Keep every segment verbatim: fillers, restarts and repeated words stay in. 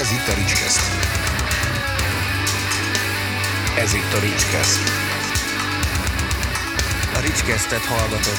Ez itt a Ricskeszt. Ez itt a Ricskeszt. A Ricskesztet hallgatott.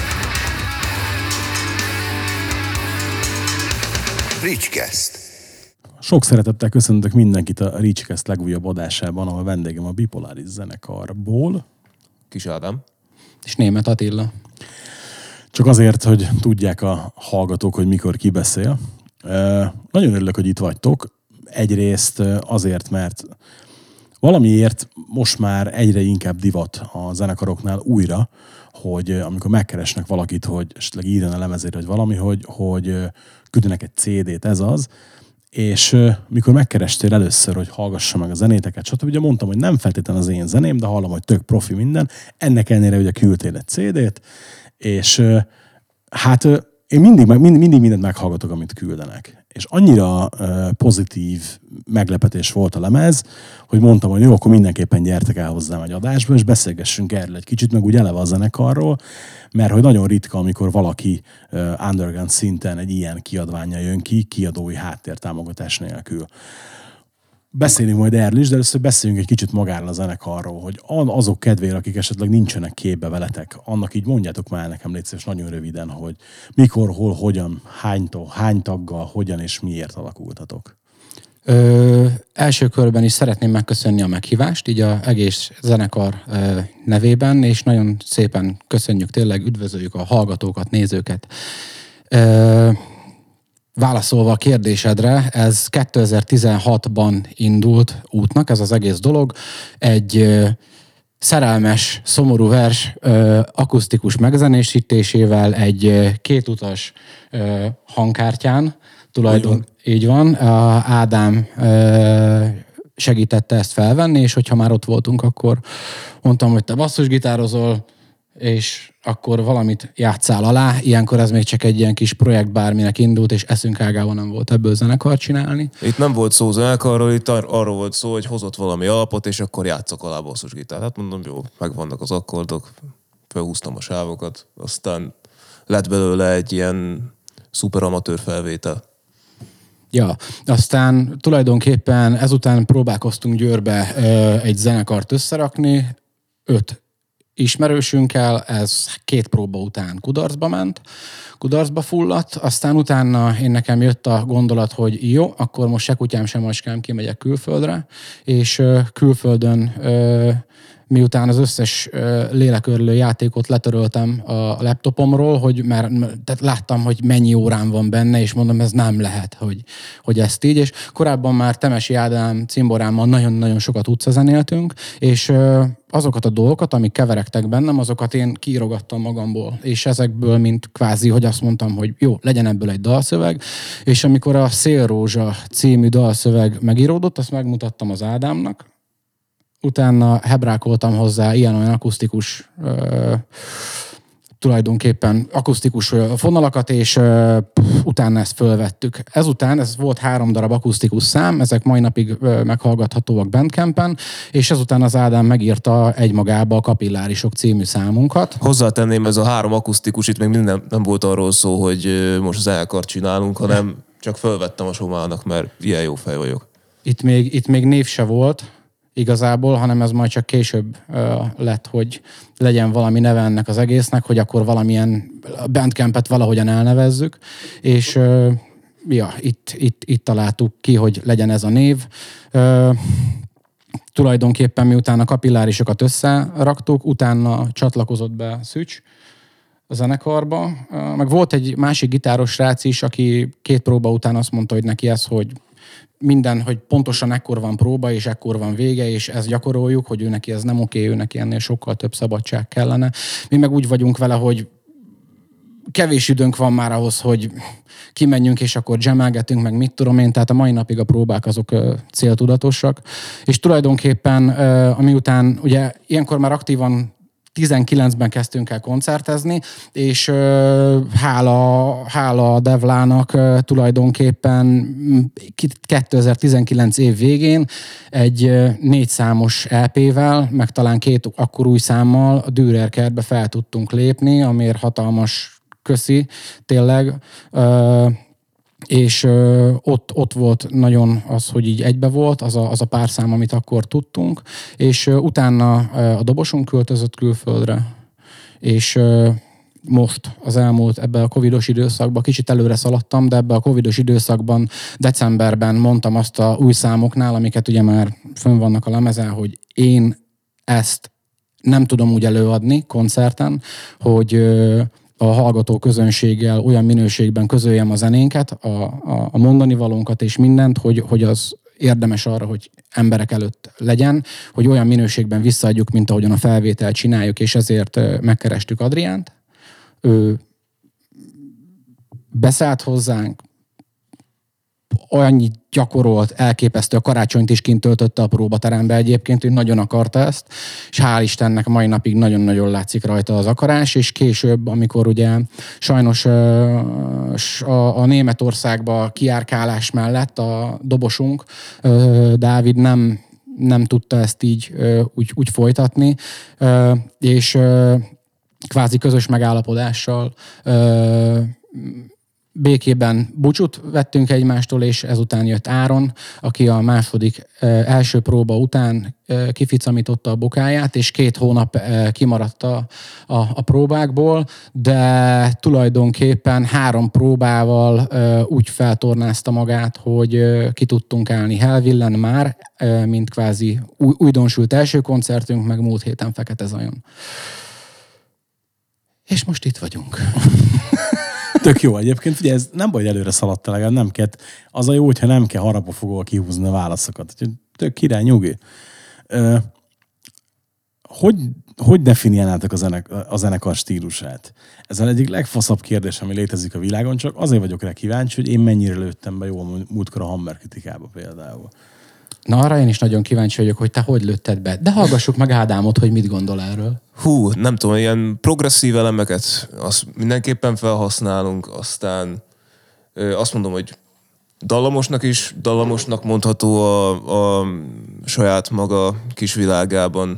Ricskeszt. Sok szeretettel köszöntök mindenkit a Ricskeszt legújabb adásában, ahol vendégem a Bipolaris zenekarból. Kis Ádám. És Németh Attila. Csak azért, hogy tudják a hallgatók, hogy mikor ki beszél. Nagyon örülök, hogy itt vagytok. Egyrészt azért, mert valamiért most már egyre inkább divat a zenekaroknál újra, hogy amikor megkeresnek valakit, hogy esetleg írjon a lemezére, vagy valami, hogy, hogy küldjenek egy cé dét, ez az. És mikor megkerestél először, hogy hallgassa meg a zenéteket, stb. Ugye mondtam, hogy nem feltétlenül az én zeném, de hallom, hogy tök profi minden. Ennek ellenére ugye küldtél egy cé dét, és hát én mindig, mindig, mindig mindent meghallgatok, amit küldenek. És annyira uh, pozitív meglepetés volt a lemez, hogy mondtam, hogy jó, akkor mindenképpen gyertek el hozzám egy adásba, és beszélgessünk erről egy kicsit, meg úgy eleve a zenekarról, mert hogy nagyon ritka, amikor valaki uh, underground szinten egy ilyen kiadványa jön ki, kiadói háttértámogatás nélkül. Beszélünk majd erről is, de először beszéljünk egy kicsit magáról a zenekarról, hogy azok kedvére, akik esetleg nincsenek képbe veletek, annak így mondjátok már nekem, légy szíves, nagyon röviden, hogy mikor, hol, hogyan, hánytól, hány taggal, hogyan és miért alakultatok. Ö, első körben is szeretném megköszönni a meghívást, így az egész zenekar ö, nevében, és nagyon szépen köszönjük, tényleg üdvözöljük a hallgatókat, nézőket. Ö, Válaszolva a kérdésedre, ez kétezer-tizenhatban indult útnak, ez az egész dolog. Egy ö, szerelmes, szomorú vers ö, akusztikus megzenésítésével, egy ö, kétutas ö, hangkártyán, tulajdon, így van. A Ádám ö, segítette ezt felvenni, és hogyha már ott voltunk, akkor mondtam, hogy te basszusgitározol, és akkor valamit játsszál alá. Ilyenkor ez még csak egy ilyen kis projekt bárminek indult, és eszünk ágában nem volt ebből zenekart csinálni. Itt nem volt szó zenekarról, itt ar- arról volt szó, hogy hozott valami alapot, és akkor játszok alá basszusgitárt. Hát mondom, jó, megvannak az akkordok, felhúztam a sávokat, aztán lett belőle egy ilyen szuper amatőr felvétel. Ja, aztán tulajdonképpen ezután próbálkoztunk Győrbe ö, egy zenekart összerakni, öt ismerősünkkel, ez két próba után kudarcba ment, kudarcba fulladt, aztán utána én nekem jött a gondolat, hogy jó, akkor most se kutyám, se macskám, kimegyek külföldre, és ö, külföldön ö, miután az összes ö, lélekörlő játékot letöröltem a laptopomról, hogy már tehát láttam, hogy mennyi órán van benne, és mondom, ez nem lehet, hogy, hogy ezt így. És korábban már Temesi Ádám cimborámmal nagyon-nagyon sokat utcazenéltünk, és ö, azokat a dolgokat, amik keveregtek bennem, azokat én kiírogattam magamból. És ezekből, mint kvázi, hogy azt mondtam, hogy jó, legyen ebből egy dalszöveg. És amikor a Szélrózsa című dalszöveg megíródott, azt megmutattam az Ádámnak. Utána hebrákoltam hozzá ilyen-olyan akusztikus, ö, tulajdonképpen akusztikus fonalakat, és ö, pff, utána ezt fölvettük. Ezután, ez volt három darab akusztikus szám, ezek mai napig ö, meghallgathatóak Bandcampen, és ezután az Ádám megírta egymagába a Kapillárisok című számunkat. Hozzátenném, ez a három akusztikus, itt még minden nem volt arról szó, hogy most zenekart csinálunk, hanem csak fölvettem a somának, mert ilyen jó fej vagyok. Itt még, itt még név se volt igazából, hanem ez majd csak később uh, lett, hogy legyen valami neve ennek az egésznek, hogy akkor valamilyen Bandcampet valahogyan elnevezzük, és uh, ja, itt, itt, itt találtuk ki, hogy legyen ez a név. Uh, tulajdonképpen miután a kapillárisokat összeraktuk, utána csatlakozott be Szücs a zenekarba, uh, meg volt egy másik gitáros srác is, aki két próba után azt mondta, hogy neki ez, hogy minden, hogy pontosan ekkor van próba, és ekkor van vége, és ezt gyakoroljuk, hogy ő neki ez nem oké, ő neki ennél sokkal több szabadság kellene. Mi meg úgy vagyunk vele, hogy kevés időnk van már ahhoz, hogy kimenjünk, és akkor jamelgetünk, meg mit tudom én, tehát a mai napig a próbák azok ö, céltudatosak. És tulajdonképpen, ö, amiután ugye ilyenkor már aktívan tizenkilencben kezdtünk el koncertezni, és uh, hála, hála a Devlának uh, tulajdonképpen kétezer-tizenkilenc év végén egy uh, négy számos é pével, meg talán két akkor új számmal a Dürer kertbe fel tudtunk lépni, amiért hatalmas köszi, tényleg. Uh, és ö, ott, ott volt nagyon az, hogy így egybe volt, az a, az a pár szám, amit akkor tudtunk, és ö, utána ö, a dobosunk költözött külföldre, és ö, most az elmúlt ebben a covidos időszakban, kicsit előre szaladtam, de ebben a covidos időszakban decemberben mondtam azt a új számoknál, amiket ugye már fönn vannak a lemezen, hogy én ezt nem tudom úgy előadni koncerten, hogy ö, a hallgató közönséggel olyan minőségben közöljem a zenénket, a, a, a mondani valónkat és mindent, hogy, hogy az érdemes arra, hogy emberek előtt legyen, hogy olyan minőségben visszaadjuk, mint ahogyan a felvételt csináljuk, és ezért megkerestük Adriánt. Ő beszállt hozzánk, annyit gyakorolt, elképesztő, a karácsonyt is kint töltötte a próbaterembe egyébként, ő nagyon akarta ezt, és hál' Istennek mai napig nagyon-nagyon látszik rajta az akarás, és később, amikor ugye sajnos a, a Németországba kiárkálás mellett a dobosunk, Dávid nem, nem tudta ezt így úgy, úgy folytatni, és kvázi közös megállapodással békében búcsút vettünk egymástól, és ezután jött Áron, aki a második első próba után kificamította a bokáját, és két hónap kimaradt a, a, a próbákból, de tulajdonképpen három próbával úgy feltornázta magát, hogy ki tudtunk állni Hellvillen már, mint kvázi új, újdonsült első koncertünk, meg múlt héten Fekete Zajon. És most itt vagyunk. Tök jó egyébként, ugye ez nem baj, hogy előre szaladta, legalább nem kell. Az a jó, hogyha nem kell harapófogóval kihúzni a válaszokat. Tök király, nyugi. Ö, hogy, hogy definiálnátok a, zenek, a zenekar stílusát? Ez az egyik legfaszabb kérdés, ami létezik a világon, csak azért vagyok rá kíváncsi, hogy én mennyire lőttem be jól múltkor a Hammer kritikába például. Na, arra én is nagyon kíváncsi vagyok, hogy te hogy lőtted be. De hallgassuk meg Ádámot, hogy mit gondol erről. Hú, nem tudom, ilyen progresszív elemeket azt mindenképpen felhasználunk, aztán ö, azt mondom, hogy dallamosnak is, dallamosnak mondható a, a saját maga kis világában,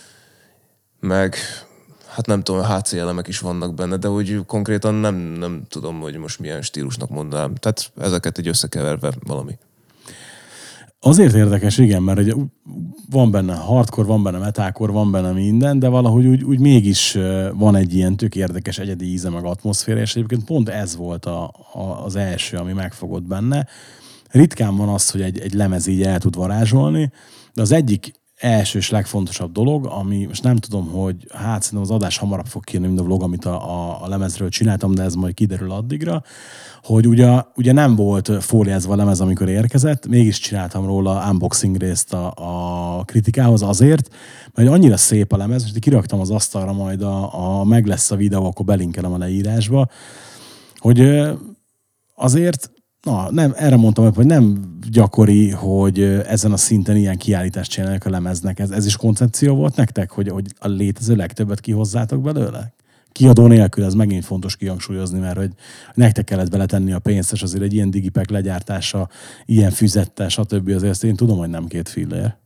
meg hát nem tudom, há cé elemek is vannak benne, de úgy konkrétan nem, nem tudom, hogy most milyen stílusnak mondanám. Tehát ezeket így összekeverve valami. Azért érdekes, igen, mert ugye van benne hardcore, van benne metalcore, van benne minden, de valahogy úgy, úgy mégis van egy ilyen tök érdekes egyedi íze meg atmoszféra, és egyébként pont ez volt a, a, az első, ami megfogott benne. Ritkán van az, hogy egy, egy lemez így el tud varázsolni, de az egyik első és legfontosabb dolog, ami most nem tudom, hogy hát szerintem az adás hamarabb fog kijönni, mint a vlog, amit a, a, a lemezről csináltam, de ez majd kiderül addigra, hogy ugye, ugye nem volt fóliázva a lemez, amikor érkezett, mégis csináltam róla unboxing részt a, a kritikához azért, mert annyira szép a lemez, hogy kiraktam az asztalra, majd a, a meg lesz a videó, akkor belinkelem a leírásba, hogy azért na, nem, erre mondtam, hogy nem gyakori, hogy ezen a szinten ilyen kiállítást csinálják a lemeznek. Ez, ez is koncepció volt nektek, hogy, hogy a létező legtöbbet kihozzátok belőle? Kiadó nélkül, ez megint fontos kihangsúlyozni, mert hogy nektek kellett beletenni a pénzt, és azért egy ilyen digipek legyártása, ilyen füzettel, stb. Azért én tudom, hogy nem két fillér.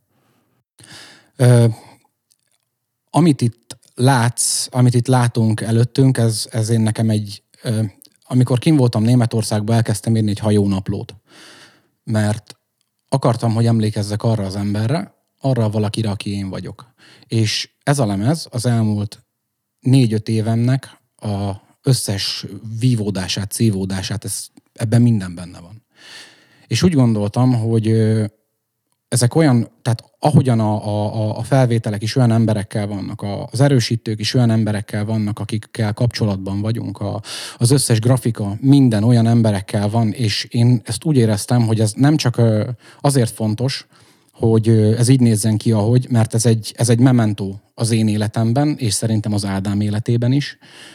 Ö, amit itt látsz, amit itt látunk előttünk, ez, ez én nekem egy... Ö, amikor kim voltam Németországban, elkezdtem írni egy hajónaplót. Mert akartam, hogy emlékezzek arra az emberre, arra valakire, aki én vagyok. És ez a lemez az elmúlt négy-öt évemnek a összes vívódását, szívódását, ez, ebben minden benne van. És úgy gondoltam, hogy ezek olyan, tehát ahogyan a, a, a felvételek is olyan emberekkel vannak, az erősítők is olyan emberekkel vannak, akikkel kapcsolatban vagyunk, a, az összes grafika minden olyan emberekkel van, és én ezt úgy éreztem, hogy ez nem csak azért fontos, hogy ez így nézzen ki, ahogy, mert ez egy, ez egy memento az én életemben, és szerintem az Ádám életében is,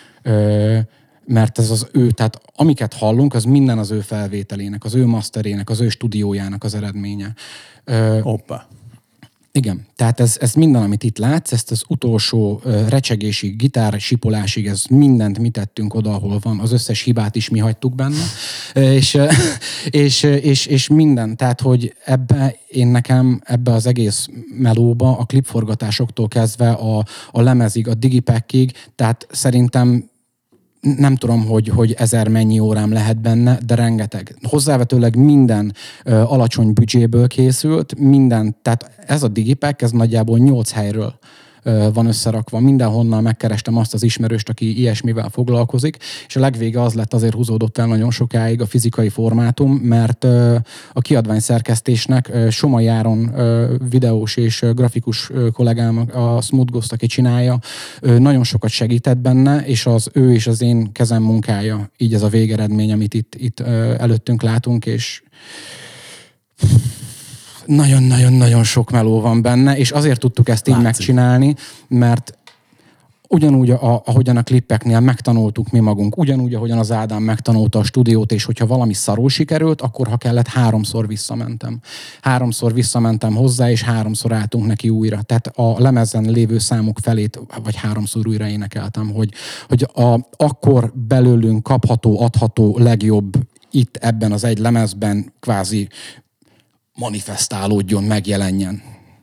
mert ez az ő, tehát amiket hallunk, az minden az ő felvételének, az ő masterének, az ő stúdiójának az eredménye. Hoppá. Igen, tehát ez, ez minden, amit itt látsz, ezt az utolsó uh, recsegésig, gitár sipolásig, ez mindent mi tettünk oda, ahol van, az összes hibát is mi hagytuk benne, és, és, és, és minden, tehát hogy ebbe én nekem, ebbe az egész melóba, a klipforgatásoktól kezdve a, a lemezig, a digipackig, tehát szerintem nem tudom, hogy, hogy ezer mennyi órám lehet benne, de rengeteg. Hozzávetőleg minden ö, alacsony büdzséből készült, minden, tehát ez a Digipack, ez nagyjából nyolc helyről ö, van összerakva. Mindenhonnan megkerestem azt az ismerőst, aki ilyesmivel foglalkozik, és a legvége az lett, azért húzódott el nagyon sokáig a fizikai formátum, mert ö, a kiadványszerkesztésnek ö, Somai Áron ö, videós és ö, grafikus ö, kollégám, a Smooth Ghost, aki csinálja, ö, nagyon sokat segített benne, és az ő és az én kezem munkája, így ez a végeredmény, amit itt, itt ö, előttünk látunk, és nagyon-nagyon-nagyon sok meló van benne, és azért tudtuk ezt így Látszik. megcsinálni, mert ugyanúgy, a, ahogyan a klippeknél megtanultuk mi magunk, ugyanúgy, ahogyan az Ádám megtanulta a stúdiót, és hogyha valami szarul sikerült, akkor ha kellett, háromszor visszamentem. Háromszor visszamentem hozzá, és háromszor álltunk neki újra. Tehát a lemezen lévő számok felét, vagy háromszor újra énekeltem, hogy, hogy a, akkor belőlünk kapható, adható legjobb itt ebben az egy lemezben kvázi manifestálódjon, megjelenjen.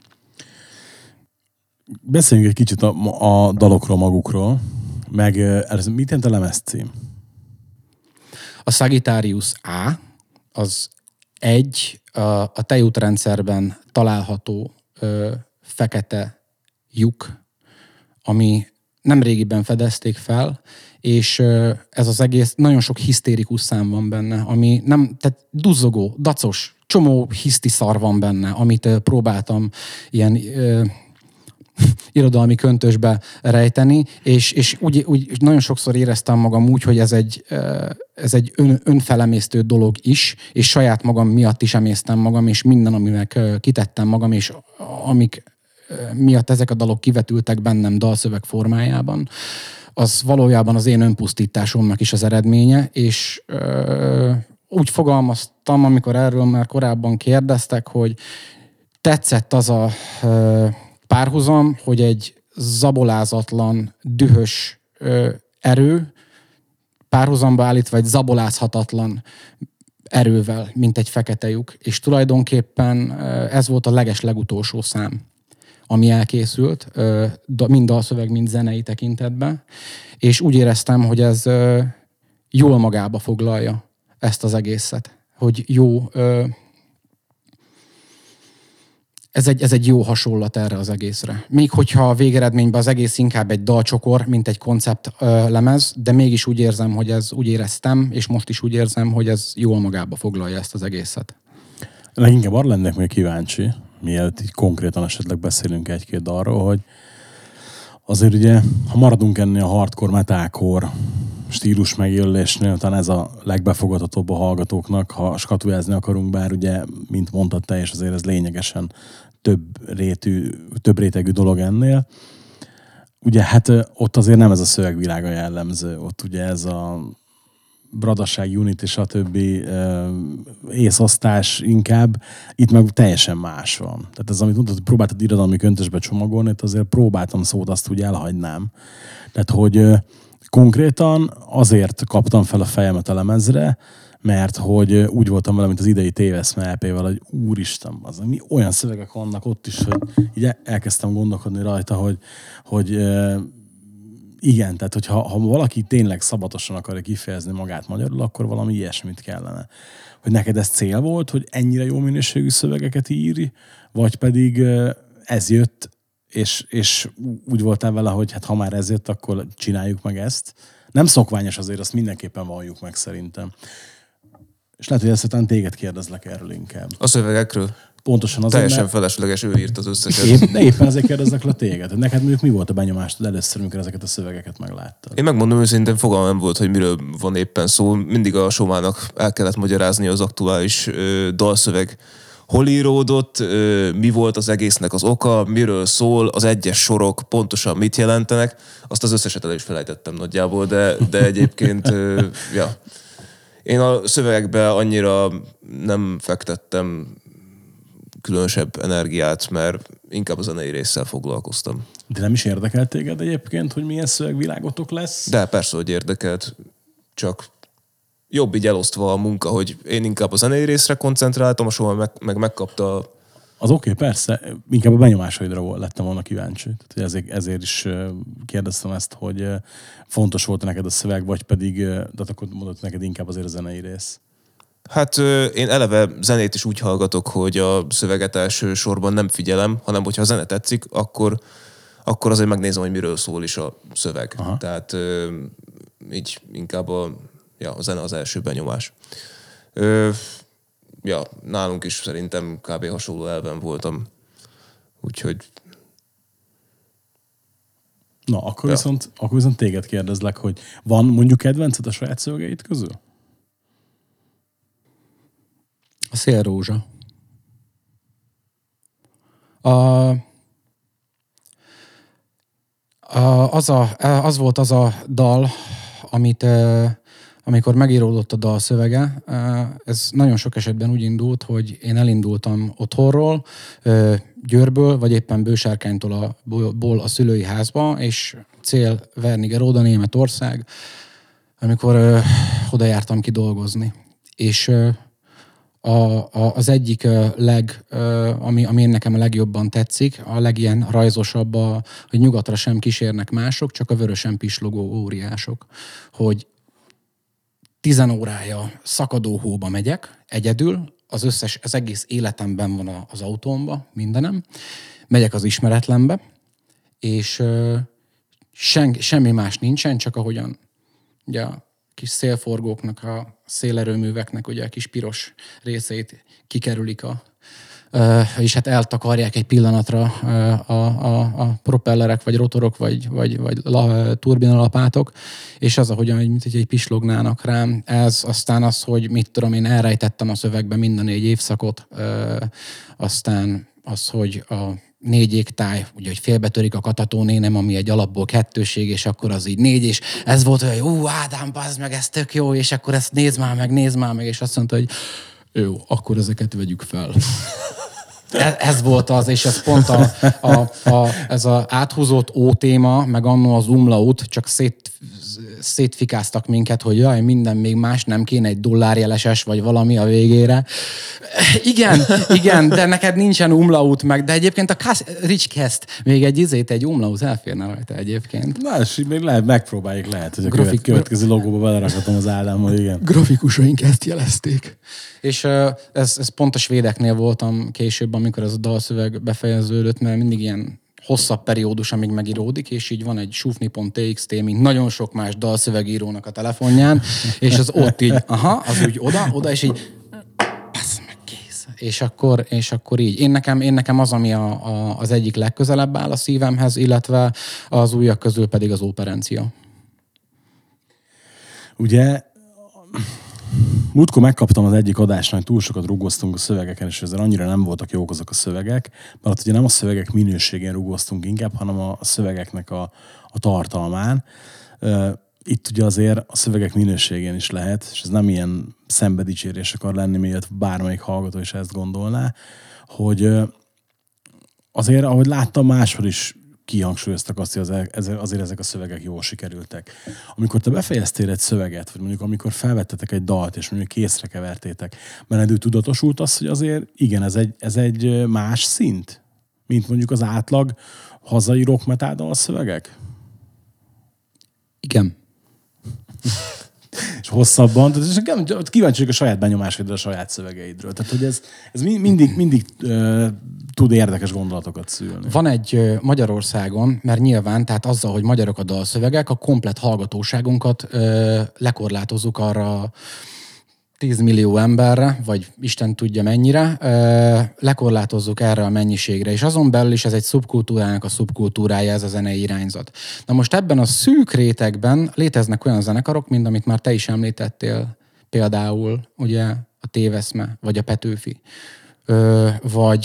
Beszéljünk egy kicsit a, a dalokról magukról, meg ez mit jelent a lemezcím? A Sagittarius A az egy a, a tejútrendszerben található ö, fekete lyuk, ami nem régiben fedezték fel, és ö, ez az egész, nagyon sok hisztérikus szám van benne, ami nem, tehát duzzogó, dacos, csomó hiszti szar van benne, amit ö, próbáltam ilyen ö, irodalmi köntösbe rejteni, és, és úgy, úgy nagyon sokszor éreztem magam úgy, hogy ez egy, ez egy ön, önfelemésztő dolog is, és saját magam miatt is emésztem magam, és minden, aminek kitettem magam, és amik miatt ezek a dalok kivetültek bennem dalszöveg formájában, az valójában az én önpusztításomnak is az eredménye, és ö, úgy fogalmaztam, amikor erről már korábban kérdeztek, hogy tetszett az a ö, párhuzam, hogy egy zabolázatlan, dühös ö, erő párhuzamba állítva egy zabolázhatatlan erővel, mint egy fekete lyuk. És tulajdonképpen ö, ez volt a leges legutolsó szám, ami elkészült, ö, mind dalszöveg, mind zenei tekintetben. És úgy éreztem, hogy ez ö, jól magába foglalja ezt az egészet. Hogy jó... Ö, Ez egy, ez egy jó hasonlat erre az egészre. Még hogyha a végeredményben az egész inkább egy dalcsokor, mint egy koncept ö, lemez, de mégis úgy érzem, hogy ez úgy éreztem, és most is úgy érzem, hogy ez jól magába foglalja ezt az egészet. Leginkább arra lennék még kíváncsi, mielőtt így konkrétan esetleg beszélünk egy-két dalról, hogy azért ugye, ha maradunk ennél a hardcore, metalcore stílus megjelölésnél, talán ez a legbefogadhatóbb a hallgatóknak, ha skatujázni akarunk, bár ugye, mint mondtad te, és azért ez lényegesen több rétű, több rétegű dolog ennél. Ugye hát ott azért nem ez a szövegvilága jellemző, ott ugye ez a bradaság, unit és a többi észosztás inkább, itt meg teljesen más van. Tehát ez, amit mondtad, hogy próbáltad irodalmi köntösbe csomagolni, itt azért próbáltam szót, azt úgy elhagynám. Tehát, hogy konkrétan azért kaptam fel a fejemet a lemezre, mert hogy úgy voltam vele, mint az idei Téveszme é pé-vel, hogy úristen, az, mi olyan szövegek vannak ott is, hogy így elkezdtem gondolkodni rajta, hogy, hogy igen, tehát hogyha ha valaki tényleg szabatosan akarja kifejezni magát magyarul, akkor valami ilyesmit kellene. Hogy neked ez cél volt, hogy ennyire jó minőségű szövegeket írj, vagy pedig ez jött, és, és úgy voltál vele, hogy hát ha már ez jött, akkor csináljuk meg ezt. Nem szokványos azért, azt mindenképpen valljuk meg szerintem. És lehet, hogy ezt után téged kérdezlek erről inkább. A szövegekről? Pontosan azért, Teljesen mert... felesleges, ő írt az összeset. Épp, éppen ezért kérdezlek le téged. Neked mondjuk mi volt a benyomástod először, amikor ezeket a szövegeket megláttad? Én megmondom őszintén, fogalmam nem volt, hogy miről van éppen szó. Mindig a Somának el kellett magyarázni az aktuális ö, dalszöveg. Hol íródott, ö, mi volt az egésznek az oka, miről szól, az egyes sorok pontosan mit jelentenek. Azt az összeset el is felejtettem nagyjából, de, de egyébként, ö, ja. Én a szövegekbe annyira nem fektettem különösebb energiát, mert inkább a zenei résszel foglalkoztam. De nem is érdekelt téged egyébként, hogy milyen szövegvilágotok lesz? De persze, hogy érdekelt, csak jobb így elosztva a munka, hogy én inkább a zenei részre koncentráltam, a Soma meg, meg megkapta Az oké, okay, persze, inkább a benyomásaidra volt, lettem volna kíváncsi. Tehát ezért, ezért is kérdeztem ezt, hogy fontos volt neked a szöveg, vagy pedig, de akkor mondod neked inkább azért a zenei rész. Hát én eleve zenét is úgy hallgatok, hogy a szöveget első sorban nem figyelem, hanem hogyha a zene tetszik, akkor, akkor azért megnézem, hogy miről szól is a szöveg. Aha. Tehát így inkább a, ja, a zene az első benyomás. Ö, ja, nálunk is szerintem kb. Hasonló elven voltam. Úgyhogy... Na, akkor, ja. viszont, akkor viszont téged kérdezlek, hogy van mondjuk kedvenced a saját szövegeid közül? A Szélrózsa. A, a, az, a, az volt az a dal, amit amikor megíródott a dal szövege, ez nagyon sok esetben úgy indult, hogy én elindultam otthonról, Győrből, vagy éppen Bősárkánytól a, ból a szülői házba, és cél Wernigerode, Németország, amikor oda jártam ki dolgozni. És a, a, az egyik leg, ami, ami nekem a legjobban tetszik, a legilyen rajzosabb, a, hogy nyugatra sem kísérnek mások, csak a vörösen pislogó óriások. Hogy tizen órája szakadó hóba megyek, egyedül, az összes, az egész életemben van az autómba, mindenem. Megyek az ismeretlenbe, és uh, sen, semmi más nincsen, csak ahogyan ugye a kis szélforgóknak, a szélerőműveknek ugye a kis piros részeit kikerülik a Uh, és hát eltakarják egy pillanatra uh, a, a, a propellerek, vagy rotorok, vagy, vagy, vagy la, turbinalapátok, és az, ahogyan, mint egy pislognának rám, ez aztán az, hogy mit tudom, én elrejtettem a szövegbe minden négy évszakot, uh, aztán az, hogy a négy égtáj, ugye, hogy félbetörik a katatónénem, ami egy alapból kettőség, és akkor az így négy, és ez volt, hogy ú, Ádám, bazd meg, ez tök jó, és akkor ezt nézd már meg, nézd már meg, és azt mondta, hogy jó, akkor ezeket vegyük fel. Ez volt az, és ez pont a, a, a, ez az áthúzott ó téma, meg annó az umlaut, csak szét, szétfikáztak minket, hogy jaj, minden még más, nem kéne egy dollárjeleses, vagy valami a végére. Igen, igen, de neked nincsen umlaut meg, de egyébként a Richcast még egy izét, egy umlaut elférne rajta egyébként. Na, és még lehet, megpróbáljuk, lehet, hogy a Grafik... következő logóba belerakhatom az Ádámmal, igen. Grafikusaink ezt jelezték. És uh, ez, ez pont a svédeknél voltam később, amikor ez a dalszöveg befejeződött, mert mindig ilyen hosszabb periódus, amíg megíródik, és így van egy sufni pont té iksz té, mint nagyon sok más dalszövegírónak a telefonján, és az ott így, aha, az úgy oda, oda, és így passz meg, kész. És akkor, és akkor így. Én nekem, én nekem az, ami a, a, az egyik legközelebb áll a szívemhez, illetve az újak közül pedig az operencia. Ugye múltkor megkaptam az egyik adásnál, hogy túl sokat rugoztunk a szövegeken, és ezzel annyira nem voltak jók azok a szövegek, mert ugye nem a szövegek minőségén rugoztunk inkább, hanem a szövegeknek a, a tartalmán. Itt ugye azért a szövegek minőségén is lehet, és ez nem ilyen szembedicsérés akar lenni, miért bármelyik hallgató is ezt gondolná, hogy azért, ahogy láttam, máshol is kihangsúlyoztak azt, hogy azért ezek a szövegek jól sikerültek. Amikor te befejeztél egy szöveget, vagy mondjuk amikor felvettetek egy dalt, és mondjuk készre kevertétek, benned tudatosult az, hogy azért igen, ez egy, ez egy más szint, mint mondjuk az átlag hazai rock metal dal szövegek? Igen. És hosszabban, tehát kíváncsi vagyok a saját benyomásaidra, a saját szövegeidről. Tehát, hogy ez, ez mindig, mindig uh, tud érdekes gondolatokat szülni. Van egy uh, Magyarországon, mert nyilván, tehát azzal, hogy magyarok a dalszövegek, a komplett hallgatóságunkat uh, lekorlátozzuk arra tíz millió emberre, vagy Isten tudja mennyire, lekorlátozzuk erre a mennyiségre, és azon belül is ez egy szubkultúrának a szubkultúrája, ez a zenei irányzat. Na most ebben a szűk rétegben léteznek olyan zenekarok, mint amit már te is említettél, például ugye a Téveszme, vagy a Petőfi, vagy...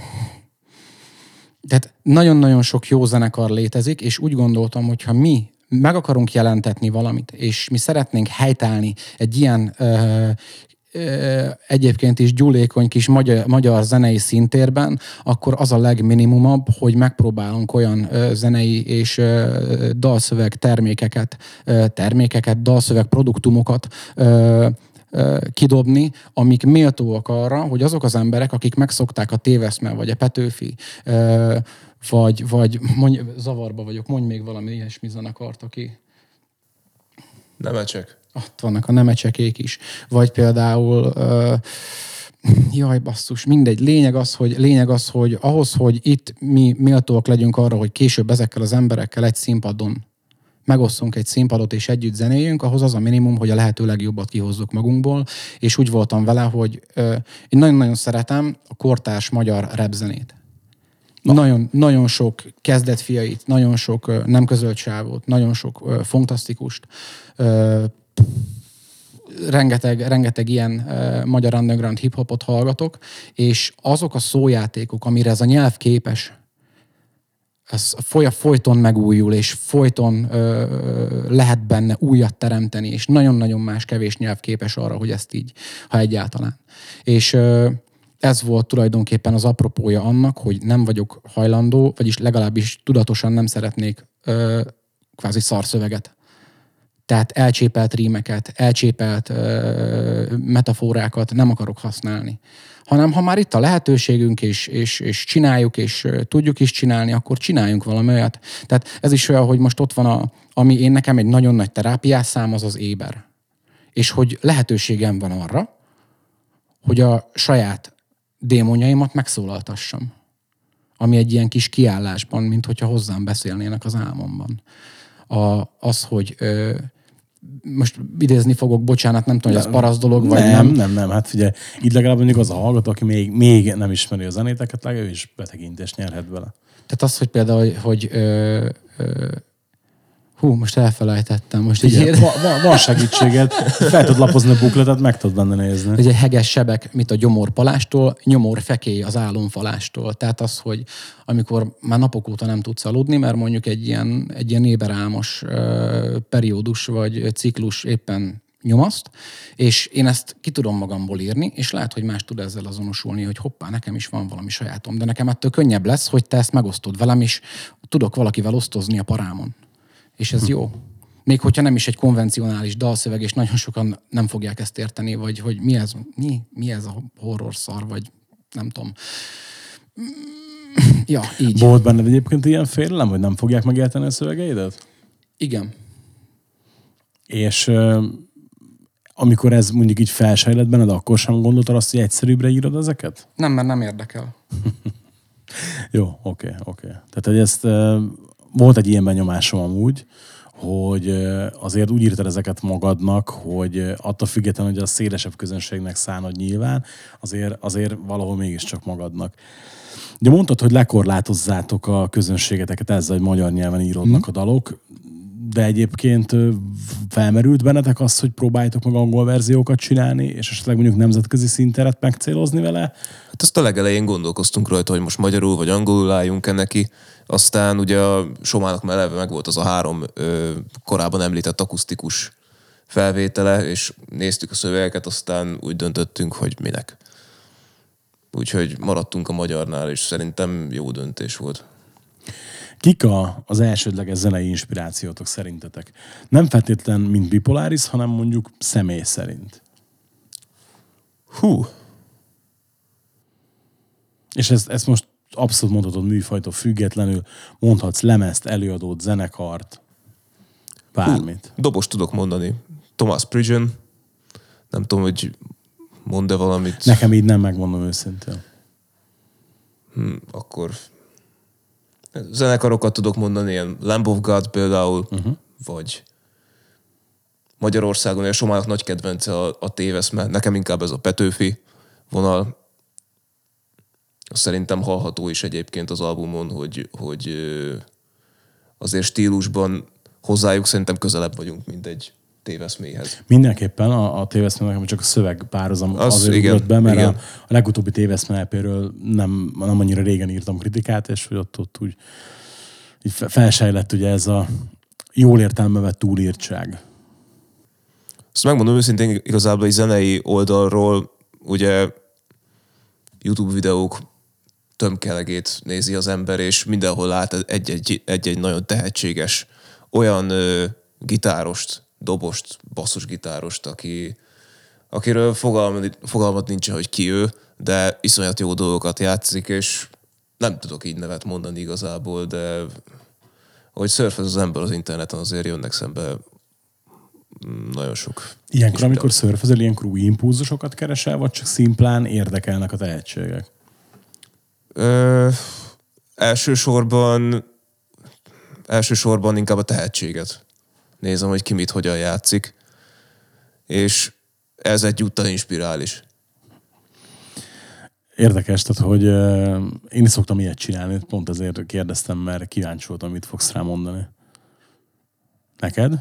Tehát nagyon-nagyon sok jó zenekar létezik, és úgy gondoltam, hogy ha mi meg akarunk jelentetni valamit, és mi szeretnénk helytállni egy ilyen ö, ö, egyébként is gyúlékony kis magyar, magyar zenei szintérben, akkor az a legminimumabb, hogy megpróbálunk olyan ö, zenei és ö, dalszöveg termékeket, ö, termékeket, dalszöveg produktumokat ö, ö, kidobni, amik méltóak arra, hogy azok az emberek, akik megszokták a Téveszme, vagy a Petőfi, ö, vagy, vagy mondj, zavarba vagyok, mondj még valami ilyesmi zenekart, aki... Nemecsek. Ott vannak a nemecsekék is. Vagy például... Ö, Jaj, basszus, mindegy. Lényeg az, hogy, lényeg az, hogy ahhoz, hogy itt mi méltóak legyünk arra, hogy később ezekkel az emberekkel egy színpadon megosszunk egy színpadot és együtt zenéljünk, ahhoz az a minimum, hogy a lehető legjobbat kihozzuk magunkból, és úgy voltam vele, hogy ö, én nagyon-nagyon szeretem a kortárs magyar rapzenét. Nagyon, nagyon sok kezdetfiait, nagyon sok ö, nem közölt sávot, nagyon sok ö, fantasztikust, ö, rengeteg, rengeteg ilyen uh, magyar underground hip-hopot hallgatok, és azok a szójátékok, amire ez a nyelv képes, ez foly, folyton megújul, és folyton uh, lehet benne újat teremteni, és nagyon-nagyon más kevés nyelv képes arra, hogy ezt így, ha egyáltalán. És uh, ez volt tulajdonképpen az apropója annak, hogy nem vagyok hajlandó, vagyis legalábbis tudatosan nem szeretnék uh, kvázi szarszöveget. Tehát elcsépelt rímeket, elcsépelt ö, metaforákat nem akarok használni. Hanem ha már itt a lehetőségünk, és, és, és csináljuk, és tudjuk is csinálni, akkor csináljunk valami olyat. Tehát ez is olyan, hogy most ott van, a, ami én nekem egy nagyon nagy terápiás szám, az az éber. És hogy lehetőségem van arra, hogy a saját démonjaimat megszólaltassam. Ami egy ilyen kis kiállásban, mint hogyha hozzám beszélnének az álmomban. A, az, hogy ö, most idézni fogok, bocsánat, nem tudom, hogy ez parasz dolog, vagy nem. nem. Nem, nem, hát figyelj, így legalább mondjuk az a hallgató, aki még, még nem ismeri a zenéteket, legalább ő is betekintést nyerhet bele. Tehát az, hogy például, hogy ö, ö, hú, most elfelejtettem. Most így Igen, van, van segítséged, fel tudod lapozni a bukletet, meg tudod benne nézni. Ugye heges sebek, mint a gyomorpalástól, nyomor fekély az álomfalástól. Tehát az, hogy amikor már napok óta nem tudsz aludni, mert mondjuk egy ilyen, egy ilyen éberálmos uh, periódus vagy ciklus éppen nyomaszt, és én ezt ki tudom magamból írni, és lehet, hogy más tud ezzel azonosulni, hogy hoppá, nekem is van valami sajátom, de nekem ettől könnyebb lesz, hogy te ezt megosztod velem, és tudok valakivel osztozni a parámon. És ez jó. Még hogyha nem is egy konvencionális dalszöveg, és nagyon sokan nem fogják ezt érteni, vagy hogy mi ez, mi, mi ez a horror szar, vagy nem tudom. Ja, így. Volt benned egyébként ilyen félelem, hogy nem fogják megérteni a szövegeidet? Igen. És euh, amikor ez mondjuk így felsejlett benned, akkor sem gondoltad azt, hogy egyszerűbbre írod ezeket? Nem, mert nem érdekel. Jó, oké, okay, oké. Okay. Tehát, hogy ezt euh, volt egy ilyen benyomásom amúgy, hogy azért úgy írtad ezeket magadnak, hogy attól függetlenül, hogy a szélesebb közönségnek szánod nyilván, azért, azért valahol mégiscsak magadnak. De mondtad, hogy lekorlátozzátok a közönségeteket ezzel, hogy magyar nyelven íródnak a dalok, de egyébként felmerült bennetek az, hogy próbáljátok meg angol verziókat csinálni, és esetleg mondjuk nemzetközi szinteret megcélozni vele? Hát azt a legelején gondolkoztunk rajta, hogy most magyarul vagy angolul álljunk-e neki. Aztán ugye a Somának már eleve meg volt az a három ö, korábban említett akusztikus felvétele, és néztük a szövegeket, aztán úgy döntöttünk, hogy minek. Úgyhogy maradtunk a magyarnál, és szerintem jó döntés volt. Kik a, az elsődleges zenei inspirációtok szerintetek? Nem feltétlen mint Bipolaris, hanem mondjuk személy szerint. Hú. És ezt, ezt most abszolút mondhatod műfajtól függetlenül, mondhatsz lemezt, előadót, zenekart, bármit. Hú, dobos tudok mondani. Thomas Pridgen. Nem tudom, hogy mond-e valamit. Nekem így nem, megmondom őszintén. Hm, akkor zenekarokat tudok mondani, ilyen Lamb of God például, uh-huh. vagy Magyarországon, a Somának nagy kedvence a, a Téveszme, nekem inkább ez a Petőfi vonal. Szerintem hallható is egyébként az albumon, hogy, hogy azért stílusban hozzájuk szerintem közelebb vagyunk, mint egy Téveszméhez. Mindenképpen a, a Téveszmének csak a szöveg párhuzam az, azért igen, ugrott be, mert a, a legutóbbi Téveszme é péről nem, nem annyira régen írtam kritikát, és hogy ott, ott úgy így felsejlett ugye ez a jól értelme vett túlírtság. Azt megmondom őszintén, igazából egy zenei oldalról ugye YouTube videók tömkelegét nézi az ember, és mindenhol lát egy-egy, egy-egy nagyon tehetséges olyan ö, gitárost, dobost, basszusgitárost, aki, akiről fogalmad, fogalmad nincsen, hogy ki ő, de iszonyat jó dolgokat játszik, és nem tudok így nevet mondani igazából, de ahogy szörfez az ember az interneten, azért jönnek szembe nagyon sok. Ilyenkor, amikor szörfözel, ilyenkor új impulzusokat keresel, vagy csak szimplán érdekelnek a tehetségek? Ö, elsősorban, elsősorban inkább a tehetséget. Nézem, hogy ki mit, hogyan játszik. És ez egyúttal inspirál is. Érdekes, tehát, hogy uh, én is szoktam ilyet csinálni, pont ezért kérdeztem, mert kíváncsi voltam, mit fogsz rá mondani. Neked?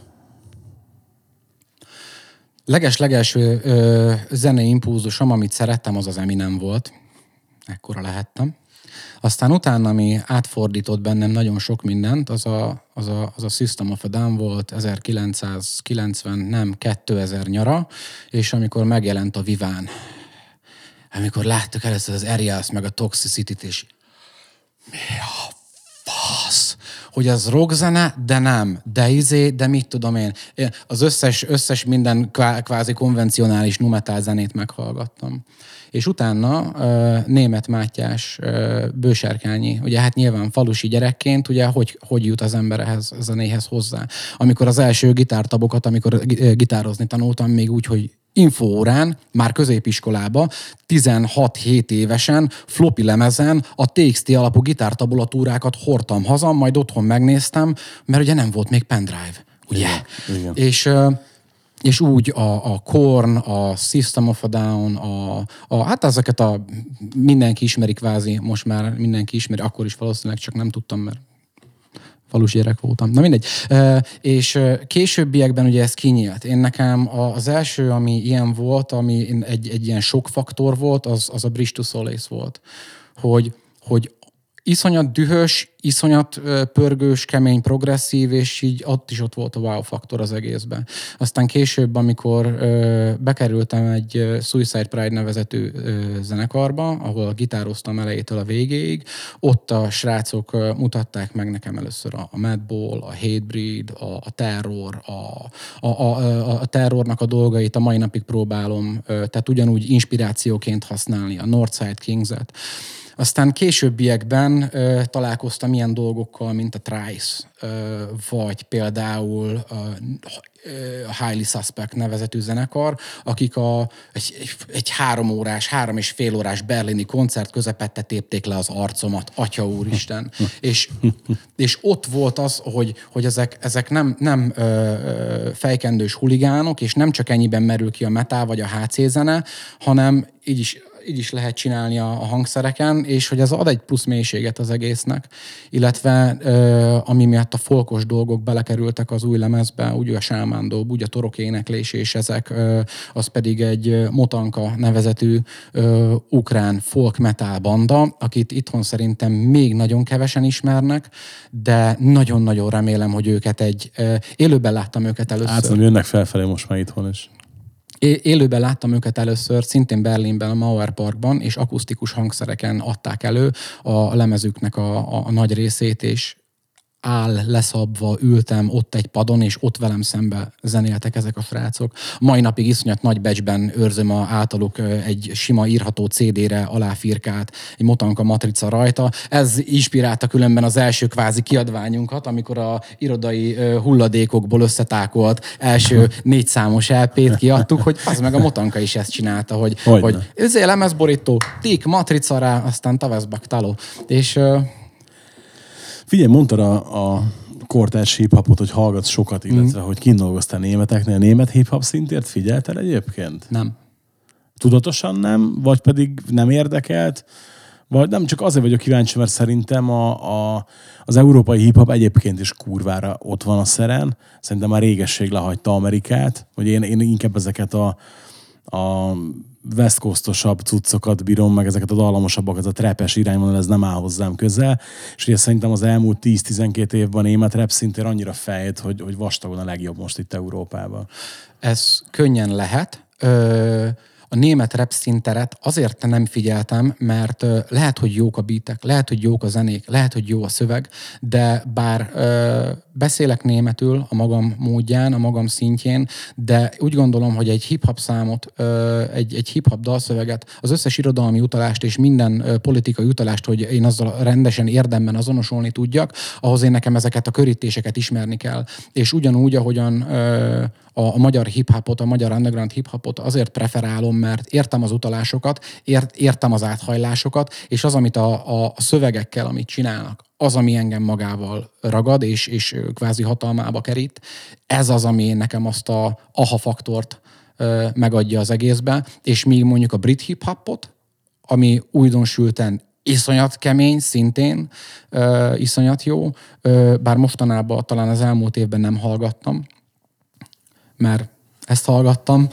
Leges-legelső ö, zenei impulzusom, amit szerettem, az az Eminem volt. Ekkora lehettem. Aztán utána, ami átfordított bennem nagyon sok mindent, az a, az a, az a System of a Down volt ezerkilencszázkilencven, nem, kétezer nyara, és amikor megjelent a Viván, amikor láttuk először az Arias meg a Toxicity-t, és mi a fasz? Hogy az rockzene, de nem, de izé, de mit tudom én. én az összes, összes minden kvázi konvencionális nu metal zenét meghallgattam. És utána uh, Németh Mátyás uh, Bősárkányi, ugye hát nyilván falusi gyerekként, ugye hogy, hogy jut az ember ehhez a zenéhez hozzá. Amikor az első gitártabokat, amikor gitározni tanultam, még úgy, hogy infóórán, már középiskolába, tizenhat-hét évesen, floppy lemezen a té iksz té alapú gitártabulatúrákat hordtam haza, majd otthon megnéztem, mert ugye nem volt még pendrive, ugye? Igen, igen. És... és úgy a, a Korn, a System of a Down, a, a, hát ezeket a mindenki ismeri kvázi, most már mindenki ismeri, akkor is valószínűleg csak nem tudtam, mert falus gyerek voltam. Na mindegy. E, és későbbiekben ugye ez kinyílt. Én nekem az első, ami ilyen volt, ami egy, egy ilyen sokfaktor volt, az, az a Bridge to Solace volt. Hogy, hogy iszonyat dühös, iszonyat pörgős, kemény, progresszív, és így ott is ott volt a wow faktor az egészben. Aztán később, amikor ö, bekerültem egy ö, Suicide Pride nevezetű ö, zenekarba, ahol gitároztam elejétől a végéig, ott a srácok ö, mutatták meg nekem először a, a Madball, a Hatebreed, a, a Terror, a, a, a, a Terrornak a dolgait a mai napig próbálom, ö, tehát ugyanúgy inspirációként használni, a Northside Kings-et. Aztán későbbiekben ö, találkoztam ilyen dolgokkal, mint a Trice, ö, vagy például ö, a Highly Suspect nevezetű zenekar, akik a, egy, egy, egy három órás, három és fél órás berlini koncert közepette tépték le az arcomat, Atya úristen. és, és ott volt az, hogy, hogy ezek, ezek nem, nem ö, ö, fejkendős huligánok, és nem csak ennyiben merül ki a metal vagy a há cé zene, hanem így is így is lehet csinálni a, a hangszereken, és hogy ez ad egy plusz mélységet az egésznek. Illetve ö, ami miatt a folkos dolgok belekerültek az új lemezbe, úgy a sámándób, úgy a torok éneklés, és ezek, ö, az pedig egy Motanka nevezetű ö, ukrán folk metal banda, akit itthon szerintem még nagyon kevesen ismernek, de nagyon-nagyon remélem, hogy őket egy... Ö, élőben láttam őket először. Átszom, jönnek felfelé most már itthon is. Élőben láttam őket először, szintén Berlinben, a Mauer Parkban, és akusztikus hangszereken adták elő a lemezüknek a, a, a nagy részét, és áll leszabva ültem ott egy padon, és ott velem szembe zenéltek ezek a srácok. Mai napig iszonyat nagy becsben őrzöm a általuk egy sima írható cé dére aláfirkált, egy Motanka matrica rajta. Ez inspirálta különben az első kvázi kiadványunkat, amikor a irodai hulladékokból összetákolt első négyszámos el pét kiadtuk, hogy az meg a Motanka is ezt csinálta, hogy, hogy ezért lemezborító, tik, matrica rá, aztán taveszbak taló. És... Figyelj, mondtad a, a kortárs hip-hopot, hogy hallgatsz sokat, illetve mm. hogy kint dolgoztál németeknél. Német hip-hop szintért figyeltel egyébként? Nem. Tudatosan nem? Vagy pedig nem érdekelt? Vagy nem, csak azért vagyok kíváncsi, mert szerintem a, a, az európai hip-hop egyébként is kurvára ott van a szeren. Szerintem már régesség lehagyta Amerikát, hogy én, én inkább ezeket a, a West Coast-osabb cuccokat bírom, meg ezeket a dallamosabbakat, a trapes irányvonal, ez nem áll hozzám közel. És ugye szerintem az elmúlt tíz-tizenkét évben német rap szintén annyira fejt, hogy, hogy vastagon a legjobb most itt Európában. Ez könnyen lehet. Ö, a német rap színteret azért nem figyeltem, mert ö, lehet, hogy jók a beatek, lehet, hogy jók a zenék, lehet, hogy jó a szöveg, de bár ö, beszélek németül a magam módján, a magam szintjén, de úgy gondolom, hogy egy hip-hop számot, ö, egy, egy hip-hop dalszöveget, az összes irodalmi utalást és minden ö, politikai utalást, hogy én azzal rendesen érdemben azonosulni tudjak, ahhoz én nekem ezeket a körítéseket ismerni kell. És ugyanúgy, ahogyan ö, a, a magyar hip-hopot, a magyar underground hip-hopot azért preferálom, mert értem az utalásokat, ért, értem az áthajlásokat, és az, amit a, a szövegekkel, amit csinálnak, az, ami engem magával ragad, és, és kvázi hatalmába kerít, ez az, ami nekem azt a aha faktort ö, megadja az egészbe, és míg mondjuk a brit hip-hopot, ami újdonsülten iszonyat kemény, szintén ö, iszonyat jó, ö, bár mostanában talán az elmúlt évben nem hallgattam, mert ezt hallgattam.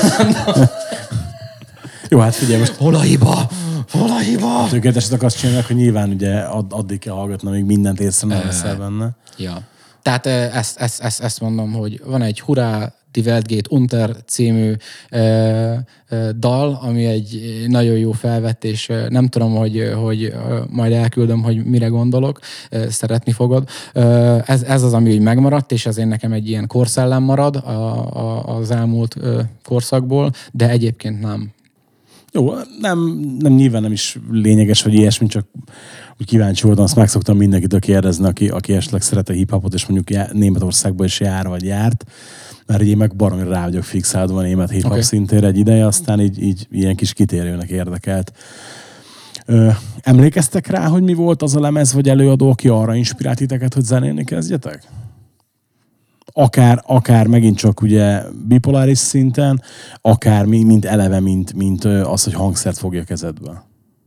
Jó, hát figyelj, most Hol a hiba? Hol a hiba? tökéletesek azt csinálnak, hogy nyilván ugye add, addig kell hallgatni, amíg mindent észre nem veszel benne. Ja. Tehát ezt, ezt, ezt, ezt mondom, hogy van egy Hurrá Die Welt geht unter című ö, ö, dal, ami egy nagyon jó felvetés. Nem tudom, hogy, hogy majd elküldöm, hogy mire gondolok, szeretni fogod. Ez, ez az, ami úgy megmaradt, és ezért nekem egy ilyen korszellem marad a, a, az elmúlt korszakból, de egyébként nem. Jó, nem, nem nyilván nem is lényeges, vagy ilyesmi, csak úgy kíváncsi voltam, azt meg szoktam mindenkitől kérdezni, aki, aki esetleg szeret a hip-hopot, és mondjuk já, Németországban is jár, vagy járt, mert én meg baromi rá vagyok fixálva a német hip-hop okay. szintére egy ideje, aztán így, így ilyen kis kitérőnek érdekelt. Ö, emlékeztek rá, hogy mi volt az a lemez vagy előadó, aki arra inspirált titeket, hogy zenélni kezdjetek? Akár, akár megint csak ugye bipoláris szinten, akár mint eleve, mint, mint az, hogy hangszert fogja kezedbe.